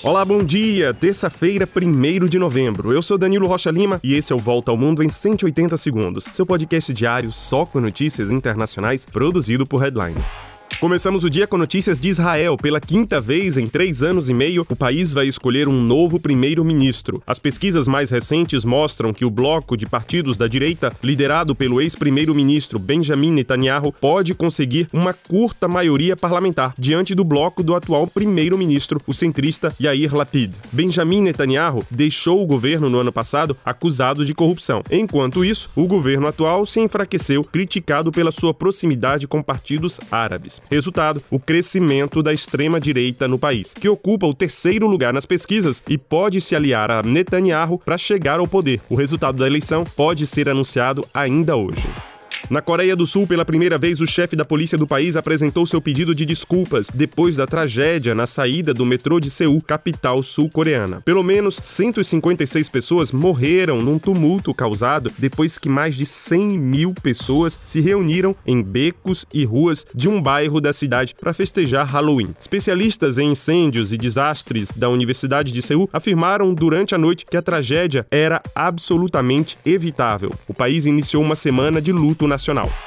Olá, bom dia! Terça-feira, 1º de novembro. Eu sou Danilo Rocha Lima e esse é o Volta ao Mundo em 180 segundos, seu podcast diário só com notícias internacionais produzido por Headline. Começamos o dia com notícias de Israel. Pela quinta vez em 3 anos e meio, o país vai escolher um novo primeiro-ministro. As pesquisas mais recentes mostram que o bloco de partidos da direita, liderado pelo ex-primeiro-ministro Benjamin Netanyahu, pode conseguir uma curta maioria parlamentar diante do bloco do atual primeiro-ministro, o centrista Yair Lapid. Benjamin Netanyahu deixou o governo no ano passado acusado de corrupção. Enquanto isso, o governo atual se enfraqueceu, criticado pela sua proximidade com partidos árabes. Resultado, o crescimento da extrema-direita no país, que ocupa o 3º lugar nas pesquisas e pode se aliar a Netanyahu para chegar ao poder. O resultado da eleição pode ser anunciado ainda hoje. Na Coreia do Sul, pela primeira vez, o chefe da polícia do país apresentou seu pedido de desculpas depois da tragédia na saída do metrô de Seul, capital sul-coreana. Pelo menos 156 pessoas morreram num tumulto causado depois que mais de 100 mil pessoas se reuniram em becos e ruas de um bairro da cidade para festejar Halloween. Especialistas em incêndios e desastres da Universidade de Seul afirmaram durante a noite que a tragédia era absolutamente evitável. O país iniciou uma semana de luto nacional.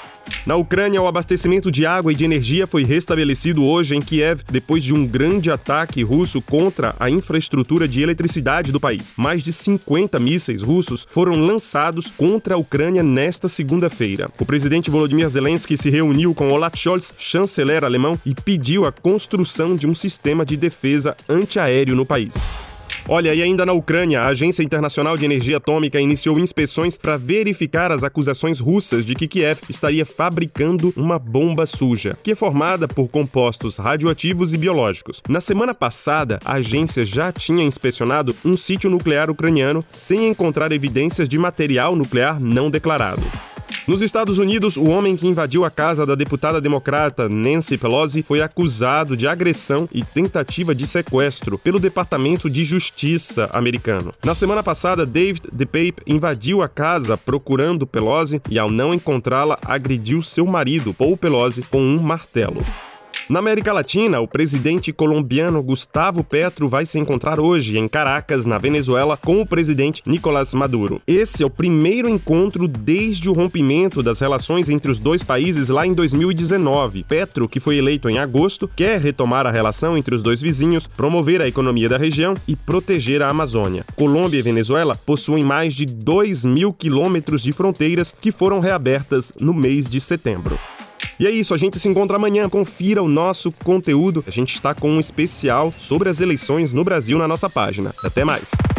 Na Ucrânia, o abastecimento de água e de energia foi restabelecido hoje em Kiev, depois de um grande ataque russo contra a infraestrutura de eletricidade do país. Mais de 50 mísseis russos foram lançados contra a Ucrânia nesta segunda-feira. O presidente Volodymyr Zelensky se reuniu com Olaf Scholz, chanceler alemão, e pediu a construção de um sistema de defesa antiaéreo no país. Olha, e ainda na Ucrânia, a Agência Internacional de Energia Atômica iniciou inspeções para verificar as acusações russas de que Kiev estaria fabricando uma bomba suja, que é formada por compostos radioativos e biológicos. Na semana passada, a agência já tinha inspecionado um sítio nuclear ucraniano sem encontrar evidências de material nuclear não declarado. Nos Estados Unidos, o homem que invadiu a casa da deputada democrata Nancy Pelosi foi acusado de agressão e tentativa de sequestro pelo Departamento de Justiça americano. Na semana passada, David DePape invadiu a casa procurando Pelosi e, ao não encontrá-la, agrediu seu marido, Paul Pelosi, com um martelo. Na América Latina, o presidente colombiano Gustavo Petro vai se encontrar hoje em Caracas, na Venezuela, com o presidente Nicolás Maduro. Esse é o primeiro encontro desde o rompimento das relações entre os dois países lá em 2019. Petro, que foi eleito em agosto, quer retomar a relação entre os dois vizinhos, promover a economia da região e proteger a Amazônia. Colômbia e Venezuela possuem mais de 2.000 quilômetros de fronteiras que foram reabertas no mês de setembro. E é isso, a gente se encontra amanhã. Confira o nosso conteúdo. A gente está com um especial sobre as eleições no Brasil na nossa página. Até mais!